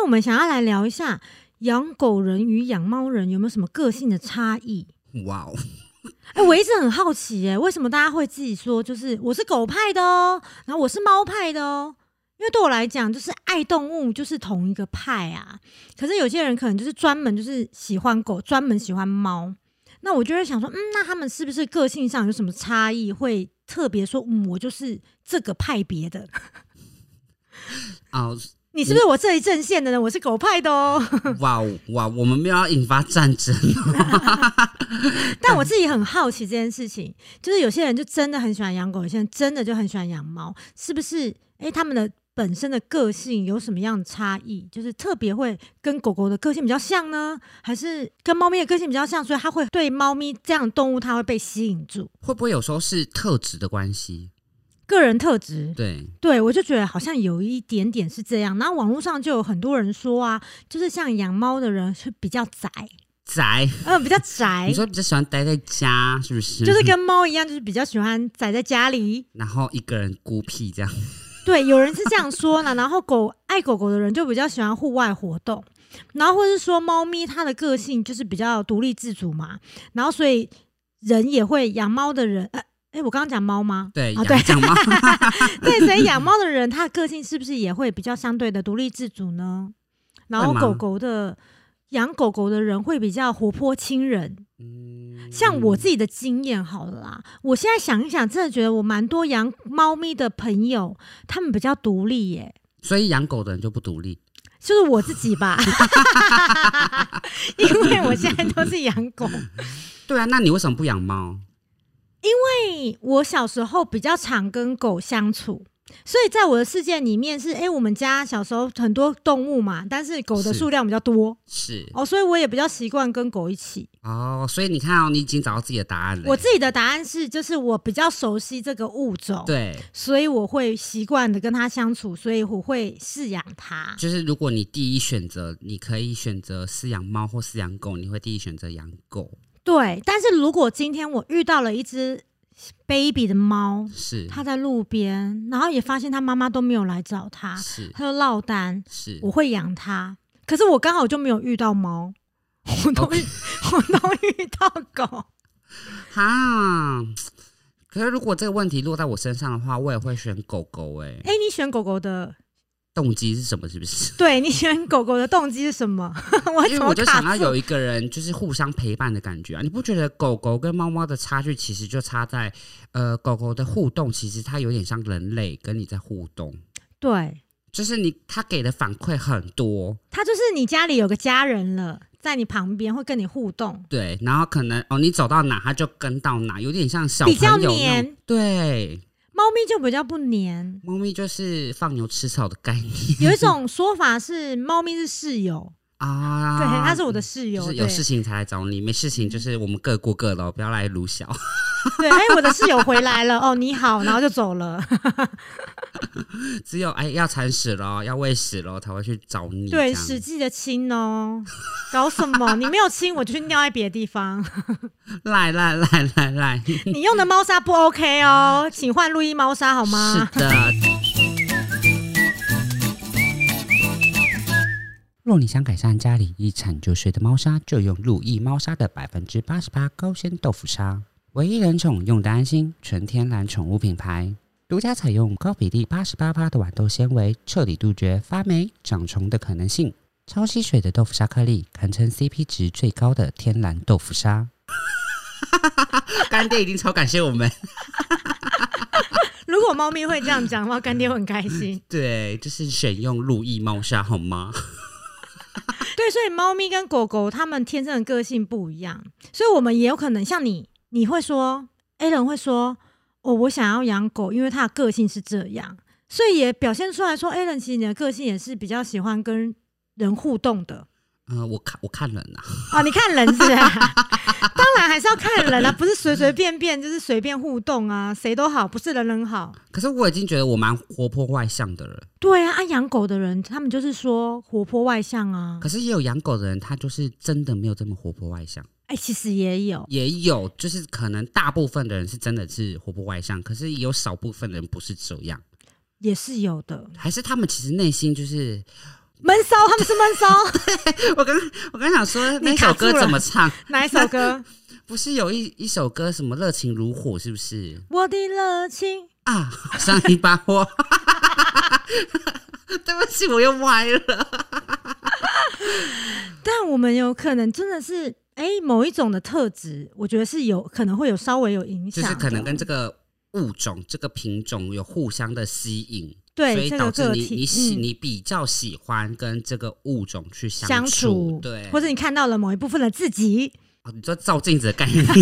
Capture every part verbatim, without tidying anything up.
我们想要来聊一下养狗人与养猫人有没有什么个性的差异。 哇哦！ 哎、欸，我一直很好奇、欸，哎，为什么大家会自己说，就是我是狗派的哦，然后我是猫派的哦？因为对我来讲，就是爱动物就是同一个派啊。可是有些人可能就是专门就是喜欢狗，专门喜欢猫。那我就会想说，嗯，那他们是不是个性上有什么差异，会特别说，嗯，我就是这个派别的？ 哦。 你是不是我这一阵线的人？我是狗派的哦。 哇哇，我们没有要引发战争。 但我自己很好奇这件事情，就是有些人就真的很喜欢养狗，有些人真的就很喜欢养猫，是不是？哎、欸，他们的本身的个性有什么样的差异？就是特别会跟狗狗的个性比较像呢，还是跟猫咪的个性比较像，所以他会对猫咪这样的动物，他会被吸引住？ 会不会有时候是特质的关系？ 个人特质， 对对，我就觉得好像有一点点是这样。然后网络上就有很多人说啊，就是像养猫的人是比较宅， 宅， 呃，比较宅。 你说比较喜欢待在家，是不是？ 就是跟猫一样，就是比较喜欢宅在家里， 然后一个人孤僻这样。 对，有人是这样说呢。然后狗爱狗狗的人就比较喜欢户外活动，然后或是说猫咪它的个性就是比较独立自主嘛，然后所以人也会养猫的人，呃。哎、欸，我刚刚讲猫吗？ 对， 啊、对， 讲猫。 对，所以养猫的人，他的个性是不是也会比较相对的独立自主呢？然后狗狗的养狗狗的人会比较活泼亲人。嗯，像我自己的经验好了啦，我现在想一想，真的觉得我蛮多养猫咪的朋友，他们比较独立耶。 所以养狗的人就不独立？ 就是我自己吧，因为我现在都是养狗。 对啊，那你为什么不养猫？ 因为我小时候比较常跟狗相处，所以在我的世界里面是，哎、欸，我们家小时候很多动物嘛，但是狗的数量比较多， 是哦，所以我也比较习惯跟狗一起。 哦，所以你看哦，你已经找到自己的答案了。 我自己的答案是，就是我比较熟悉这个物种， 对， 所以我会习惯的跟它相处，所以我会饲养它。 就是如果你第一选择，你可以选择饲养猫或饲养狗，你会第一选择养狗。对， 但是如果今天我遇到了一只 baby 的猫， 是它在路边，然后也发现它妈妈都没有来找它， 是它就落单， 是我会养它。可是我刚好就没有遇到猫，我都、okay. 我都遇到狗。 哈，可是如果这个问题落在我身上的话，我也会选狗狗。哎、欸， 哎、欸，你选狗狗的动机是什么？是不是？ 对，你选狗狗的动机是什么？我因为我就想要有一个人就是互相陪伴的感觉啊！你不觉得狗狗跟猫猫的差距其实就差在，呃，狗狗的互动其实它有点像人类跟你在互动， 对， 就是你它给的反馈很多， 它就是你家里有个家人了，在你旁边会跟你互动， 对，然后可能哦你走到哪它就跟到哪，有点像小朋友比较黏， 对。 猫咪就比较不黏， 猫咪就是放牛吃草的概念。 有一种说法是，猫咪是室友啊，对，它是我的室友， 就是有事情才来找你，没事情就是我们各过各的、哦，不要来撸小。 对，哎、欸，我的室友回来了，哦，你好，然后就走了。 只有哎要铲屎了，要喂屎了才会去找你。 对，屎记得清哦。搞什么？你没有清，我就去尿在别的地方。 来来来来来， 你用的猫砂不 OK 哦，请换路易猫砂好吗？ 是的。若你想改善家里一铲就碎的猫砂，就用路易猫砂的百分之八十八高纤豆腐砂，唯一人宠用的安心，纯天然宠物品牌，独家采用高比例八十八趴的豌豆纤维，彻底杜绝发霉、长虫的可能性。超吸水的豆腐砂颗粒，堪称 C P 值最高的天然豆腐砂。干爹一定超感谢我们。 如果猫咪会这样讲的话，干爹会很开心。 对，就是选用路易猫砂好吗？ 对，所以猫咪跟狗狗它们天生的个性不一样，所以我们也有可能像你，你会说 Alan 会说哦，我想要养狗，因为它的个性是这样，所以也表现出来说 Alan 其实你的个性也是比较喜欢跟人互动的。 呃，我看我看人啊， 哦，你看人是啊，当然还是要看人啊，不是随随便便就是随便互动啊，谁都好，不是人人好。 可是我已经觉得我蛮活泼外向的人。 对啊，啊养狗的人他们就是说活泼外向啊。 可是也有养狗的人，他就是真的没有这么活泼外向。 哎、欸，其实也有， 也有，就是可能大部分的人是真的是活泼外向，可是也有少部分的人不是这样， 也是有的。 还是他们其实内心就是。 闷骚，他们是闷骚。 我刚我刚想说那首歌怎么唱？ 哪一首歌？ 不是有一一首歌什么热情如火，是不是？ 我的热情啊，上一把火。对不起，我又歪了。 但我们有可能真的是，哎，某一种的特质，我觉得是有可能会有稍微有影响， 就是可能跟这个物种、这个品种有互相的吸引。 对， 所以导致你、 这个、 你喜、 嗯、 你比较喜欢跟这个物种去相处， 相处对， 或者你看到了某一部分的自己。 哦、你说照镜子的概念吗？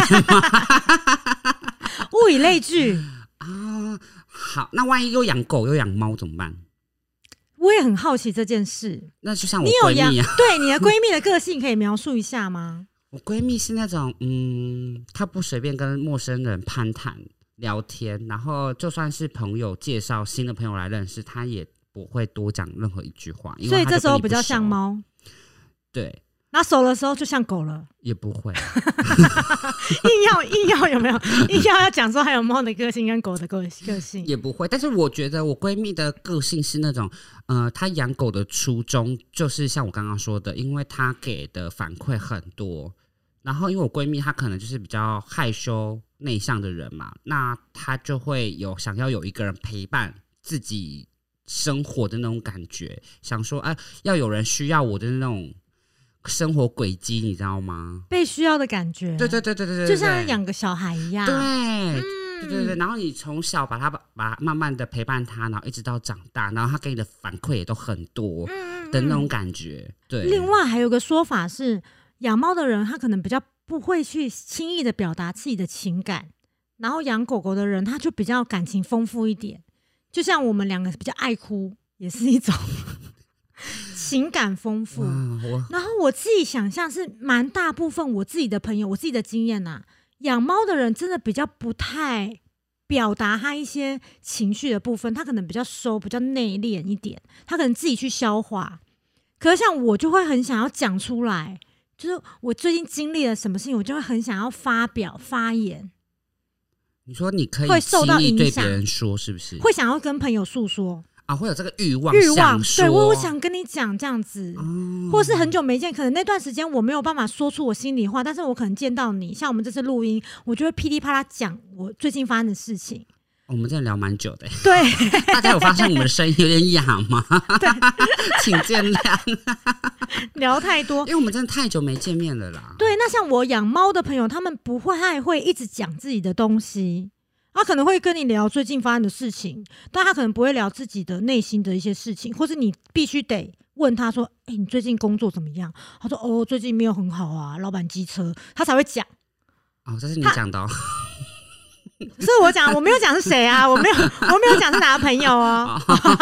物以类聚啊、哦。好，那万一又养狗又养猫怎么办？ 我也很好奇这件事。 那就像我闺蜜啊， 对你的闺蜜的个性可以描述一下吗？ 我闺蜜是那种，嗯，她不随便跟陌生人攀谈聊天，然后就算是朋友介绍新的朋友来认识，她也不会多讲任何一句话。因为所以这时候比较像猫。 对。 那熟的时候就像狗了， 也不会。 硬要硬要有没有？硬要要讲说还有猫的个性跟狗的个性， 也不会。但是我觉得我闺蜜的个性是那种，呃，她养狗的初衷就是像我刚刚说的，因为她给的反馈很多，然后因为我闺蜜她可能就是比较害羞内向的人嘛，那她就会有想要有一个人陪伴自己生活的那种感觉，想说，哎、啊，要有人需要我的那种。生活轨迹，你知道吗？ 被需要的感觉， 对对对对对对， 就像养个小孩一样。 对，嗯、对对对。然后你从小把他把慢慢的陪伴他，然后一直到长大，然后他给你的反馈也都很多的那种感觉。对。 另外还有个说法是，养猫的人他可能比较不会去轻易的表达自己的情感，然后养狗狗的人他就比较感情丰富一点。就像我们两个比较爱哭，也是一种。情感丰富，然后我自己想象是蛮大部分我自己的朋友，我自己的经验啊，养猫的人真的比较不太表达他一些情绪的部分，他可能比较收，比较内敛一点，他可能自己去消化。可是像我就会很想要讲出来，就是我最近经历了什么事情，我就会很想要发表发言。 你说你可以轻易对别人说，是不是？ 会想要跟朋友诉说。 啊，会有这个欲望， 欲望，对，我我想跟你讲这样子， 哦、 或是很久没见，可能那段时间我没有办法说出我心里话，但是我可能见到你，像我们这次录音，我就会噼里啪啦讲我最近发生的事情。 我们真的聊蛮久的， 对， 大家有发现我们的声音有点哑吗？ 对， 请见谅， 聊太多， 因为我们真的太久没见面了啦。 对，那像我养猫的朋友，他们不会太会一直讲自己的东西。他可能会跟你聊最近发生的事情，但他可能不会聊自己的内心的一些事情，或是你必须得问他说：“哎、欸，你最近工作怎么样？”他说：“哦，最近没有很好啊，老板机车。”他才会讲。 哦，这是你讲的哦。 是我讲，我没有讲是谁啊，我没有，我没有讲是哪个朋友哦。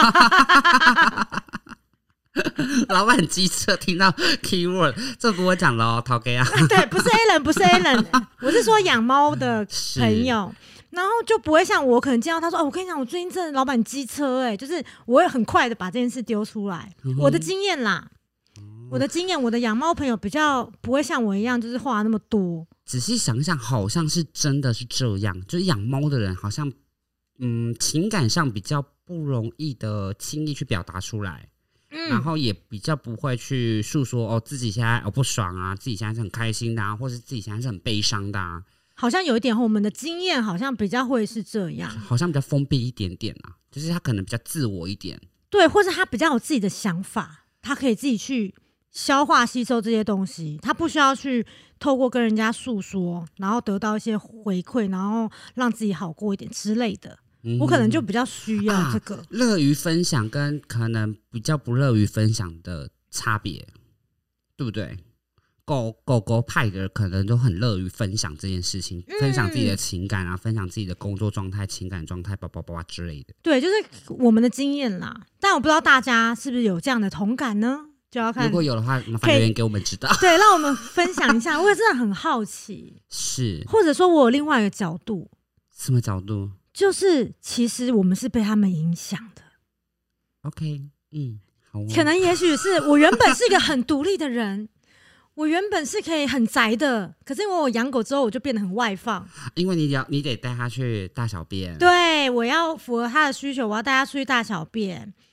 老板机车听到 keyword， 这不我讲了哦，陶哥啊。 对，不是 Alan， 不是 Alan， 我是说养猫的朋友。然后就不会像我可能见到他说哦，我跟你讲，我最近真的老板机车哎、欸，就是我会很快的把这件事丢出来、嗯，我的经验啦，嗯、我的经验，我的养猫朋友比较不会像我一样，就是话那么多。 仔细想想，好像是真的是这样，就是养猫的人好像，嗯，情感上比较不容易的轻易去表达出来，嗯、然后也比较不会去诉说哦自己现在哦不爽啊，自己现在是很开心的啊，或是自己现在是很悲伤的啊。 好像有一点，我们的经验好像比较会是这样， 好像比较封闭一点点啊，就是他可能比较自我一点， 对，或是他比较有自己的想法，他可以自己去消化吸收这些东西，他不需要去透过跟人家诉说，然后得到一些回馈，然后让自己好过一点之类的。嗯、我可能就比较需要这个乐于、啊、分享跟可能比较不乐于分享的差别，对不对？狗狗狗派的可能都很乐于分享这件事情、嗯，分享自己的情感啊，分享自己的工作状态、情感状态，叭叭叭之类的。 对，就是我们的经验啦。但我不知道大家是不是有这样的同感呢？就要看， 如果有的话，麻烦留言给我们知道。 对，让我们分享一下。我也真的很好奇， 是， 或者说我有另外一个角度。 什么角度？ 就是其实我们是被他们影响的。 OK， 嗯，好、哦。 可能也许是我原本是一个很独立的人。我原本是可以很宅的，可是因为我养狗之后，我就变得很外放。 因为你要你得带它去大小便， 对，我要符合它的需求，我要带它出去大小便。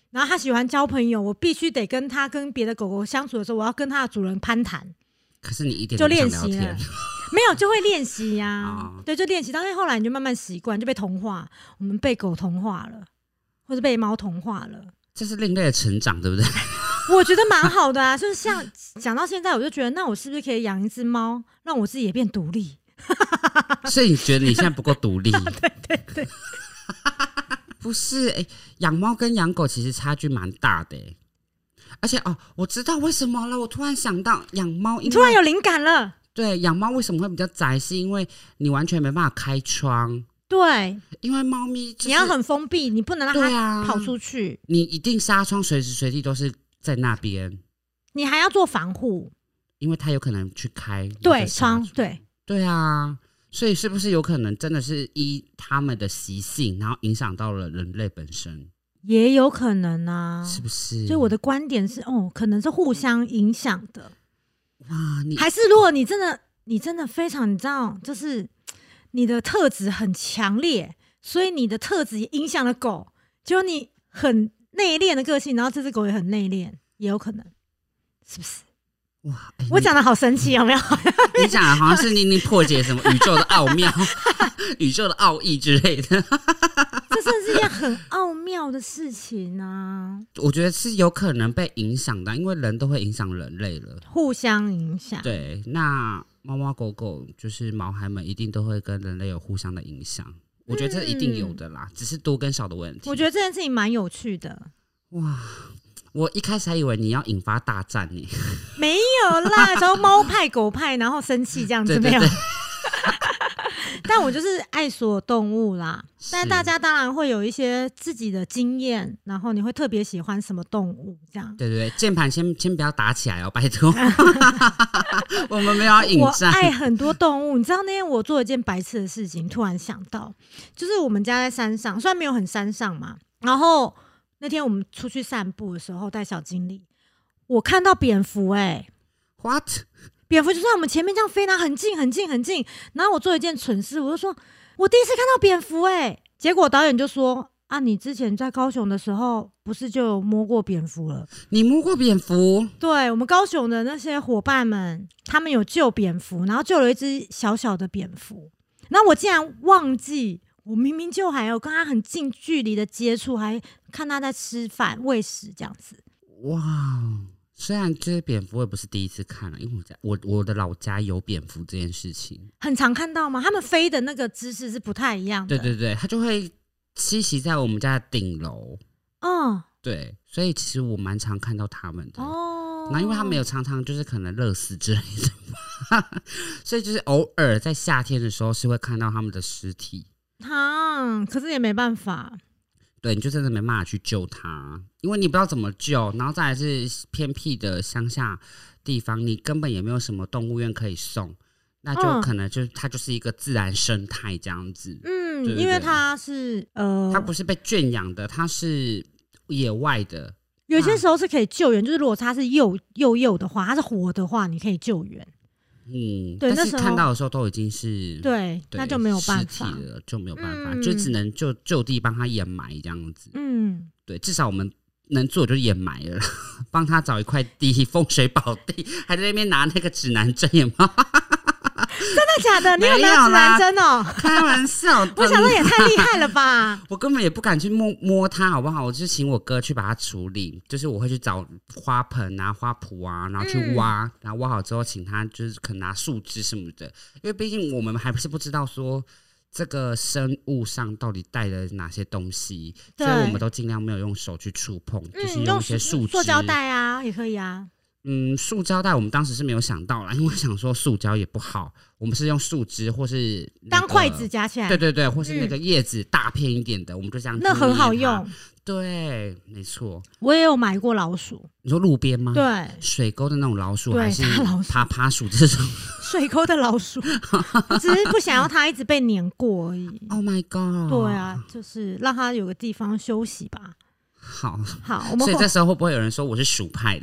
然后他喜欢交朋友，我必须得跟他跟别的狗狗相处的时候，我要跟他的主人攀谈。 可是你一点都不想聊天，就练习了。 没有就会练习呀，哦、对，就练习。但是后来你就慢慢习惯，就被同化。我们被狗同化了，或者被猫同化了， 这是另类的成长，对不对？ 我觉得蛮好的啊，就是像讲到现在，我就觉得，那我是不是可以养一只猫，让我自己也变独立？ 所以你觉得你现在不够独立？ 对对对， 不是，哎、欸，养猫跟养狗其实差距蛮大的、欸，而且哦，我知道为什么了，我突然想到养猫， 你突然有灵感了。 对，养猫为什么会比较宅，是因为你完全没办法开窗。 对，因为猫咪、就是、 你要很封闭，你不能让它跑出去、啊、 你一定纱窗随时随地都是在那边， 你还要做防护， 因为它有可能去开对窗。对对啊，所以是不是有可能真的是依他们的习性，然后影响到了人类本身？ 也有可能啊， 是不是？ 所以我的观点是，哦，可能是互相影响的。 哇，你还是如果你真的，你真的非常，你知道，就是你的特质很强烈，所以你的特质也影响了狗。结果你很内敛的个性，然后这只狗也很内敛，也有可能，是不是？ 哇，欸、 我讲的好神奇，有没有？ 你讲的好像是你你破解什么宇宙的奥妙、宇宙的奥义之类的。 这真是一件很奥妙的事情啊！ 我觉得是有可能被影响的，因为人都会影响人类了， 互相影响。 对，那猫猫狗狗就是毛孩们，一定都会跟人类有互相的影响。我觉得这一定有的啦，嗯、只是多跟少的问题。 我觉得这件事情蛮有趣的。 哇！我一开始还以为你要引发大战呢， 没有啦，然后猫派狗派，然后生气这样子，对对对没有。但我就是爱所有动物啦，但大家当然会有一些自己的经验，然后你会特别喜欢什么动物这样。 对对对，键盘先先不要打起来哦，拜托。我们没有要引战。 我爱很多动物，你知道那天我做了一件白痴的事情，突然想到，就是我们家在山上，虽然没有很山上嘛，然后那天我们出去散步的时候带小经理，我看到蝙蝠哎、欸、 ，what？ 蝙蝠就在我们前面这样飞，然后很近很近很近。然后我做一件蠢事，我就说我第一次看到蝙蝠哎、欸。结果导演就说啊，你之前在高雄的时候不是就有摸过蝙蝠了？ 你摸过蝙蝠？ 对，我们高雄的那些伙伴们，他们有救蝙蝠，然后救了一只小小的蝙蝠。然后我竟然忘记，我明明就还有跟他很近距离的接触，还看他在吃饭喂食这样子。 哇！虽然这些蝙蝠我也不是第一次看了，因为我家我我的老家有蝙蝠这件事情， 很常看到吗？他们飞的那个姿势是不太一样的。 对对对，它就会栖息在我们家的顶楼。嗯，对，所以其实我蛮常看到他们的。哦，那因为他们有常常就是可能热死之类的，所以就是偶尔在夏天的时候是会看到他们的尸体。 啊，可是也没办法。 对，你就真的没办法去救它，因为你不知道怎么救，然后再来是偏僻的乡下地方，你根本也没有什么动物园可以送，那就可能就它就是一个自然生态这样子。嗯，对对对， 因为它是呃， 它不是被圈养的，它是野外的。 有些时候是可以救援，就是如果它是幼幼幼的话，它是活的话，你可以救援。 嗯，对，但是看到的时候都已经是对, 对，那就没有办法了，就没有办法，嗯、就只能就就地帮他掩埋这样子。嗯，对，至少我们能做就是掩埋了，帮他找一块地，风水宝地，还在那边拿那个指南针，有没有？ 真的假的？你有拿指南针哦？ 开玩笑的， 我想说也太厉害了吧！ 我根本也不敢去摸摸它，好不好？我就请我哥去把它处理，就是我会去找花盆啊、花圃啊，然后去挖，嗯、然后挖好之后，请他就是可能拿树枝什么的，因为毕竟我们还不是不知道说这个生物上到底带了哪些东西，所以我们都尽量没有用手去触碰，嗯、就是用一些树枝、 塑胶袋啊，也可以啊。 嗯，塑胶袋我们当时是没有想到啦，因为想说塑胶也不好，我们是用树枝或是、那个、当筷子夹起来， 对对对，或是那个叶子大片一点的，嗯、我们就这样， 那很好用。 对，没错。我也有买过老鼠， 你说路边吗？ 对， 水沟的那种老鼠，还是老鼠爬爬鼠这种？ 水沟的老鼠，只是不想要它一直被碾过而已。 Oh my god！ 对啊，就是让它有个地方休息吧。 好好，我们所以这时候会不会有人说我是鼠派的？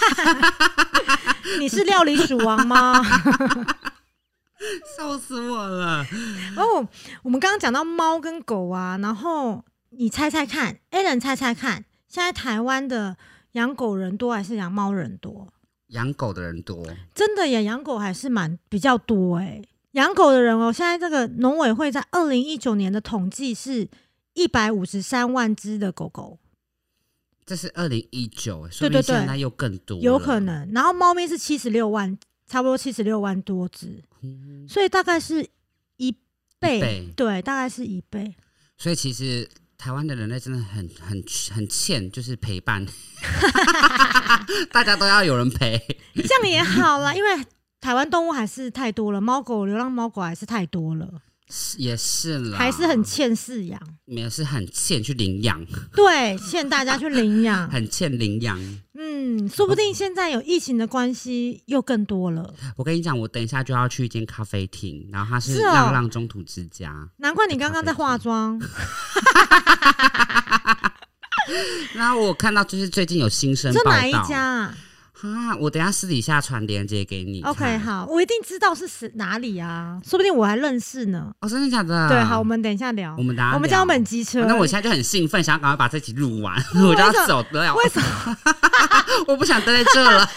你是料理鼠王吗？ 笑死我了！ 哦，我们刚刚讲到猫跟狗啊，然后你猜猜看 ，Alan 猜猜看， 现在台湾的养狗人多还是养猫人多？ 养狗的人多， 真的耶，养狗还是蛮比较多哎。养狗的人哦，现在这个农委会在二零一九年的统计是一百五十三万只的狗狗。 这是二零一九，说不定现在又更多了， 有可能。然后猫咪是七十六万，差不多七十六万多只、嗯，所以大概是一倍, 一倍，对，大概是一倍。 所以其实台湾的人类真的很很很欠，就是陪伴，大家都要有人陪， 这样也好啦，因为台湾动物还是太多了，猫狗流浪猫狗还是太多了。 也是啦， 还是很欠饲养， 没有，是很欠去领养， 对，欠大家去领养， 很欠领养。 嗯，说不定现在有疫情的关系又更多了。 我跟你讲，我等一下就要去一间咖啡厅，然后它是浪浪中途之家、哦、 难怪你刚刚在化妆。 然后我看到就是最近有新生报道， 这哪一家啊？ 啊，我等一下私底下传链接给你。 OK， 好，我一定知道是哪里啊，说不定我还认识呢。 哦，真的假的？ 对，好，我们等一下聊。 我们等一下聊， 我们叫本机车、 哦。那我现在就很兴奋，想要赶快把这集录完，我就要走了。 为什么？ 我不想待在这了。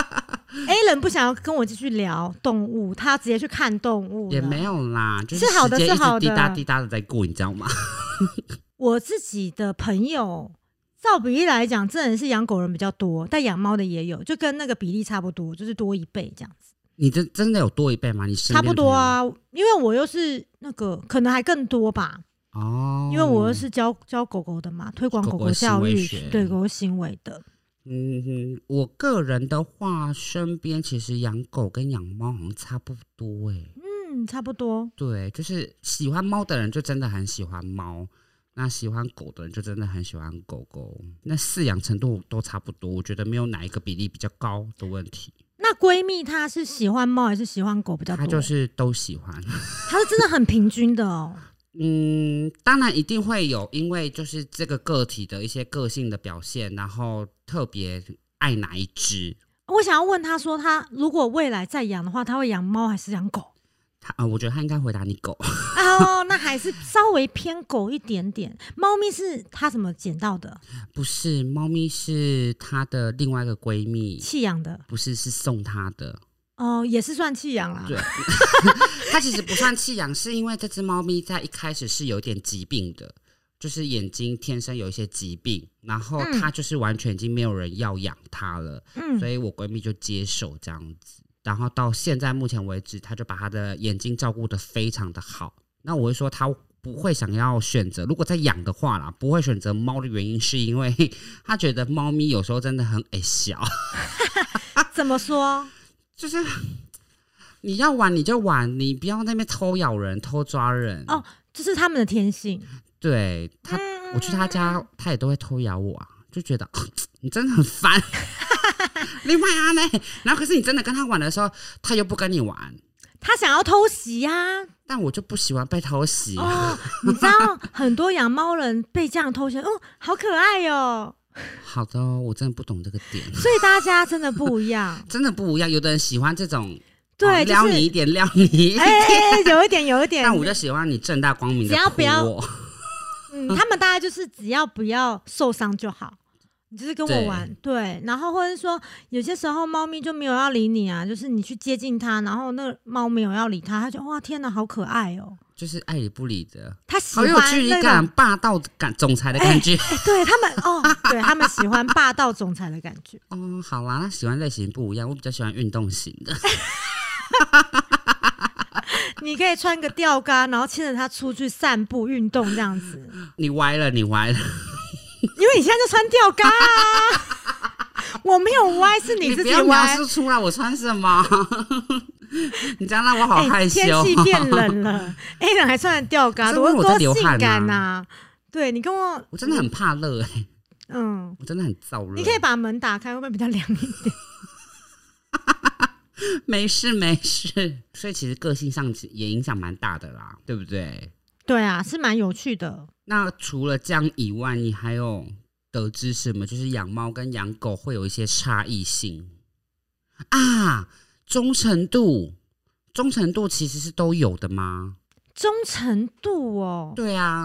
A 人不想要跟我继续聊动物，他要直接去看动物。 也没有啦，就是好的，是好的， 滴答滴答的在过，你知道吗？ 我自己的朋友。照比例来讲，真的是养狗人比较多，但养猫的也有，就跟那个比例差不多，就是多一倍这样子。 你这真的有多一倍吗？你身边差不多啊，因为我又是那个，可能还更多吧。哦，因为我又是教教狗狗的嘛，推广狗狗教育，对狗狗行为的。 嗯哼，我个人的话，身边其实养狗跟养猫好像差不多哎、欸。 嗯，差不多。 对，就是喜欢猫的人就真的很喜欢猫。那喜欢狗的人就真的很喜欢狗狗，那饲养程度都差不多，我觉得没有哪一个比例比较高的问题。 那闺蜜她是喜欢猫还是喜欢狗比较多？ 她就是都喜欢， 她是真的很平均的哦。 嗯，当然一定会有，因为就是这个个体的一些个性的表现，然后特别爱哪一只。 我想要问她说，她如果未来再养的话，她会养猫还是养狗？ 他呃，我觉得他应该回答你狗哦，那还是稍微偏狗一点点。猫咪是他怎么捡到的？ 不是，猫咪是他的另外一个闺蜜弃养的， 不是，是送他的。 哦，也是算弃养啦。 对，他其实不算弃养，是因为这只猫咪在一开始是有点疾病的，就是眼睛天生有一些疾病，然后他就是完全已经没有人要养它了，嗯，所以我闺蜜就接手这样子。然后到现在目前为止，他就把他的眼睛照顾得非常的好。那我会说他不会想要选择，如果在养的话啦，不会选择猫的原因是因为他觉得猫咪有时候真的很矮小。 怎么说？ 就是你要玩你就玩，你不要在那边偷咬人、偷抓人。 哦，这是他们的天性。 对他，我去他家，他也都会偷咬我啊，就觉得你真的很烦。另外啊呢，然后可是你真的跟他玩的时候，他又不跟你玩， 他想要偷袭啊。 但我就不喜欢被偷袭、啊哦。你知道很多养猫人被这样偷袭，哦，好可爱哦。 好的、哦，我真的不懂这个点， 所以大家真的不一样， 真的不一样。有的人喜欢这种， 对， 哦、撩你一点，撩你一点， 哎、欸，有一点，有一点。 但我就喜欢你正大光明的， 只要不要，嗯，他们大概就是只要不要受伤就好。你就是跟我玩， 对, 对，然后或者说有些时候猫咪就没有要理你啊，就是你去接近它，然后那个猫没有要理它，它就哇天哪，好可爱哦， 就是爱理不理的， 它喜欢、 那個、好有距离感、霸道感、总裁的感觉。 欸欸、对他们哦，对他们喜欢霸道总裁的感觉。 哦，好啦，那喜欢类型不一样，我比较喜欢运动型的。 你可以穿个吊嘎，然后牵着它出去散步运动这样子。 你歪了，你歪了。 因为你现在就穿吊嘎啊，我没有歪，是你自己歪。 你不要描述出来我穿什么，你这样让我好害羞。 欸、天气变冷了 ，A 人还穿着吊嘎，多多性感呐、啊！对你跟我， 我真的很怕热哎、欸， 嗯， 我真的很燥热。 你可以把门打开，会不会比较凉一点？ 没事没事，所以其实个性上也影响蛮大的啦，对不对？ 对啊，是蛮有趣的。 那除了这样以外，你还有得知什么？就是养猫跟养狗会有一些差异性啊？忠诚度，忠诚度其实是都有的吗？ 忠诚度哦， 对啊，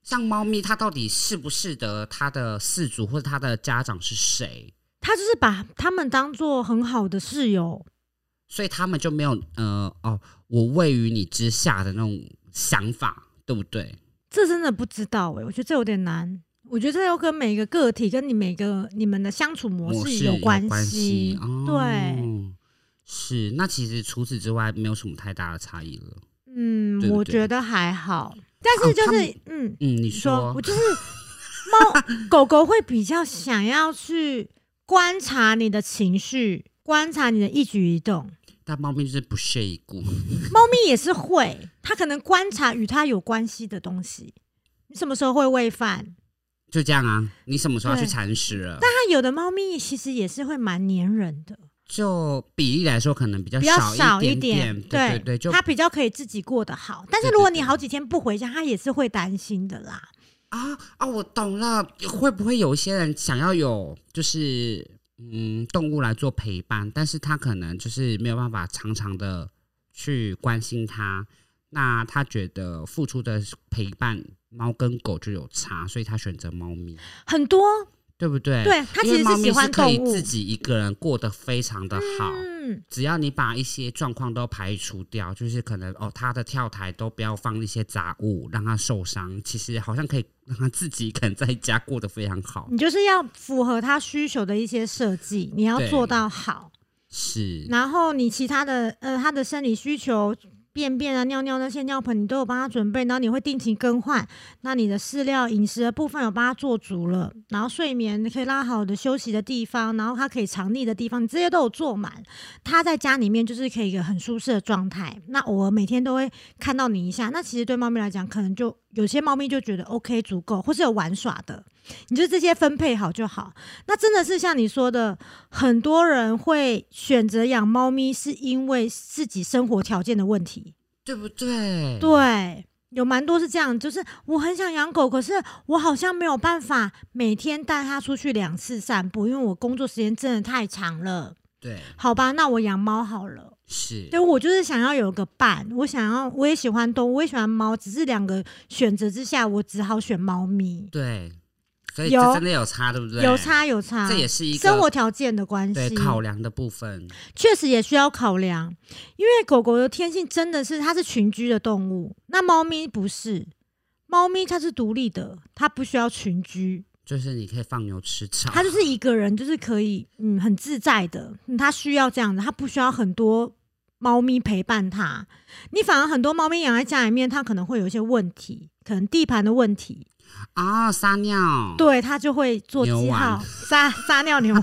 像猫咪，它到底适不适得它的饲主或者它的家长是谁？ 他就是把他们当做很好的室友， 所以他们就没有呃哦，我位于你之下的那种想法，对不对？ 这真的不知道哎、欸，我觉得这有点难。我觉得这要跟每个个体跟你每个你们的相处模式有关系。 哦、 对， 是。那其实除此之外，没有什么太大的差异了。 嗯， 对对我觉得还好，但是就是、 哦、 嗯嗯，你说， 我就是猫狗狗会比较想要去观察你的情绪，观察你的一举一动。 但猫咪就是不屑一顾。 猫咪也是会，它可能观察与它有关系的东西。你什么时候会喂饭？ 就这样啊，你什么时候要去铲屎了？ 但它有的猫咪其实也是会蛮黏人的， 就比例来说可能比较比较少一点点， 对对对，就它比较可以自己过得好。但是如果你好几天不回家，它也是会担心的啦。 啊啊，我懂了，会不会有一些人想要有就是嗯动物来做陪伴，但是他可能就是没有办法常常的去关心它，那他觉得付出的陪伴猫跟狗就有差，所以他选择猫咪。 很多， 对不对？ 对，他其实是喜欢动物， 因为猫咪是可以自己一个人过得非常的好。 嗯， 只要你把一些状况都排除掉，就是可能哦，他的跳台都不要放一些杂物，让他受伤。其实好像可以让他自己可能在家过得非常好。 你就是要符合他需求的一些设计，你要做到好。 是， 然后你其他的呃，他的生理需求。便便啊、尿尿那些尿盆，你都有帮他准备，然后你会定期更换。那你的饲料、饮食的部分有帮他做足了，然后睡眠可以让他好的休息的地方，然后他可以藏匿的地方，你这些都有做满。他在家里面就是可以一个很舒适的状态。那偶尔每天都会看到你一下，那其实对猫咪来讲，可能就有些猫咪就觉得 OK 足够，或是有玩耍的。你就这些分配好就好。那真的是像你说的，很多人会选择养猫咪是因为自己生活条件的问题， 对不对？ 对，有蛮多是这样，就是我很想养狗，可是我好像没有办法每天带它出去两次散步，因为我工作时间真的太长了。 对， 好吧，那我养猫好了。 是， 对，我就是想要有个伴，我想要，我也喜欢动物，我也喜欢猫，只是两个选择之下，我只好选猫咪。 对。所以这真的有差，对不对？ 有差有差， 这也是一个生活条件的关系， 对考量的部分， 确实也需要考量。因为狗狗的天性真的是它是群居的动物，那猫咪不是，猫咪它是独立的，它不需要群居， 就是你可以放牛吃草， 它就是一个人，就是可以嗯很自在的，嗯、它需要这样的，它不需要很多猫咪陪伴它。你反而很多猫咪养在家里面，它可能会有一些问题，可能地盘的问题。 哦，撒尿， 对，它就会做记号，撒撒尿牛丸。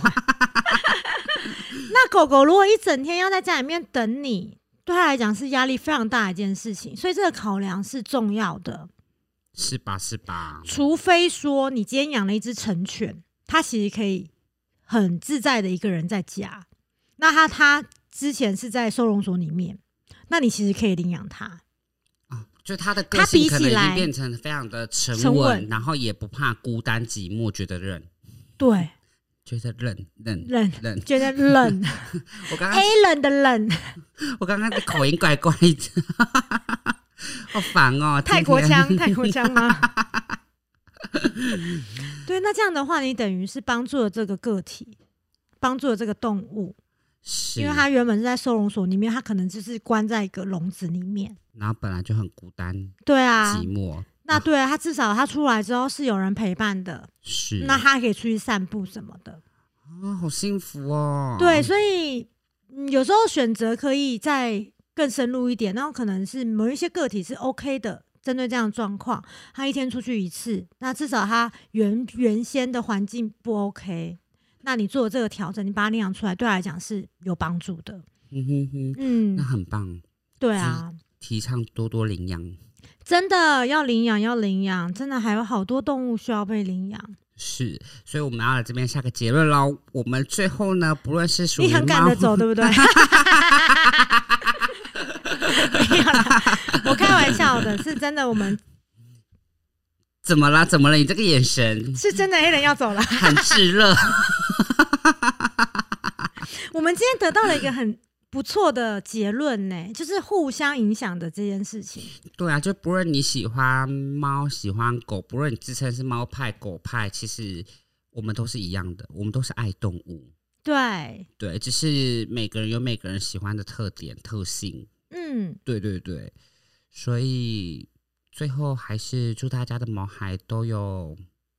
那狗狗如果一整天要在家里面等你，对它来讲是压力非常大的一件事情，所以这个考量是重要的， 是吧？是吧？ 除非说你今天养了一只成犬，它其实可以很自在的一个人在家，那它它之前是在收容所里面，那你其实可以领养它。 就他的个性可能已经变成非常的沉 稳, 沉稳然后也不怕孤单寂寞，觉得冷， 对， 觉得冷冷冷冷， 觉得冷。 我刚刚 A 冷的冷， 我刚刚的口音怪怪的，好烦哦， 泰国腔，泰国腔吗？对，那这样的话，你等于是帮助了这个个体，帮助了这个动物。因为他原本是在收容所里面，他可能就是关在一个笼子里面， 然后本来就很孤单， 对啊， 寂寞。 那对啊，他至少他出来之后是有人陪伴的， 是， 那他可以出去散步什么的， 啊、哦，好幸福哦。 对，所以、嗯、有时候选择可以再更深入一点，然后可能是某一些个体是 OK 的，针对这样的状况，他一天出去一次，那至少他原原先的环境不 OK。那你做这个调整，你把它领养出来，对他来讲是有帮助的。 嗯哼哼， 嗯， 那很棒。 对啊， 提倡多多领养， 真的要领养，要领养，真的还有好多动物需要被领养。 是，所以我们要来这边下个结论喽。我们最后呢，不论是属于你很赶着走，对不对？没有啦，我开玩笑的，是真的。我们怎么了？怎么了？你这个眼神是真的，黑人要走了， 很炙热。 我们今天得到了一个很不错的结论呢，就是互相影响的这件事情。 对啊，就不论你喜欢猫喜欢狗，不论你自称是猫派狗派，其实我们都是一样的，我们都是爱动物。 对对，只是每个人有每个人喜欢的特点特性。 嗯， 对对对，所以最后还是祝大家的毛孩都有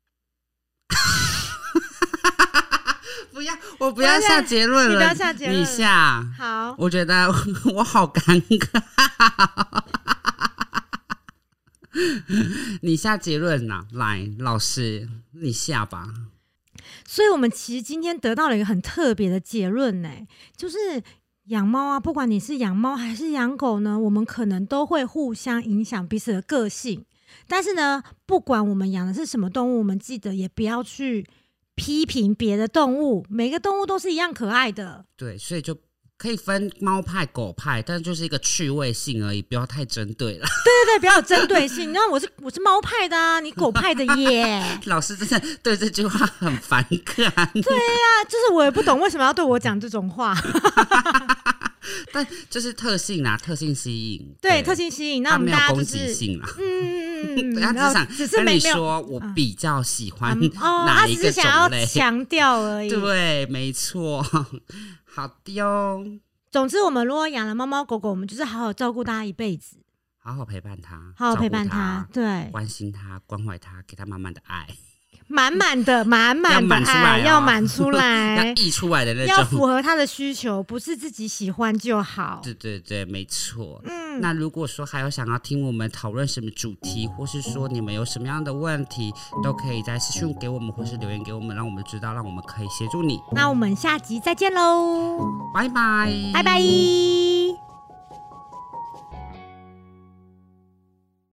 不要，我不要下结论了， 你不要下结论， 你下。 好， 我觉得我好尴尬。你下结论呐、啊，来，老师你下吧。 所以我们其实今天得到了一个很特别的结论呢，就是养猫啊，不管你是养猫还是养狗呢，我们可能都会互相影响彼此的个性。但是呢，不管我们养的是什么动物，我们记得也不要去批评别的动物，每个动物都是一样可爱的。 对，所以就可以分猫派狗派，但就是一个趣味性而已，不要太针对了。 对对对，不要有针对性。你看我是我是猫派的啊，你狗派的耶。 老师真的对这句话很反感。对啊，就是我也不懂为什么要对我讲这种话。 但就是特性啦，特性吸引。 对，对特性吸引，那我们大家就是没有攻击性啦。 嗯， 对，他只想只是跟你说，我比较喜欢嗯哦、 哪一个种类，他只是想要强调而已。 对，没错。好的哦。 总之，我们如果养了猫猫狗狗，我们就是好好照顾它一辈子， 好好陪伴它， 好好陪伴它，对， 关心它，关怀它，给它满满的爱。 满满的满满的爱要满出来， 要溢出来的那种， 要符合他的需求，不是自己喜欢就好。 对对对，没错。 嗯， 那如果说还有想要听我们讨论什么主题，或是说你们有什么样的问题，都可以在私讯给我们，或是留言给我们，让我们知道，让我们可以协助你。 那我们下集再见喽， 拜拜， 拜拜。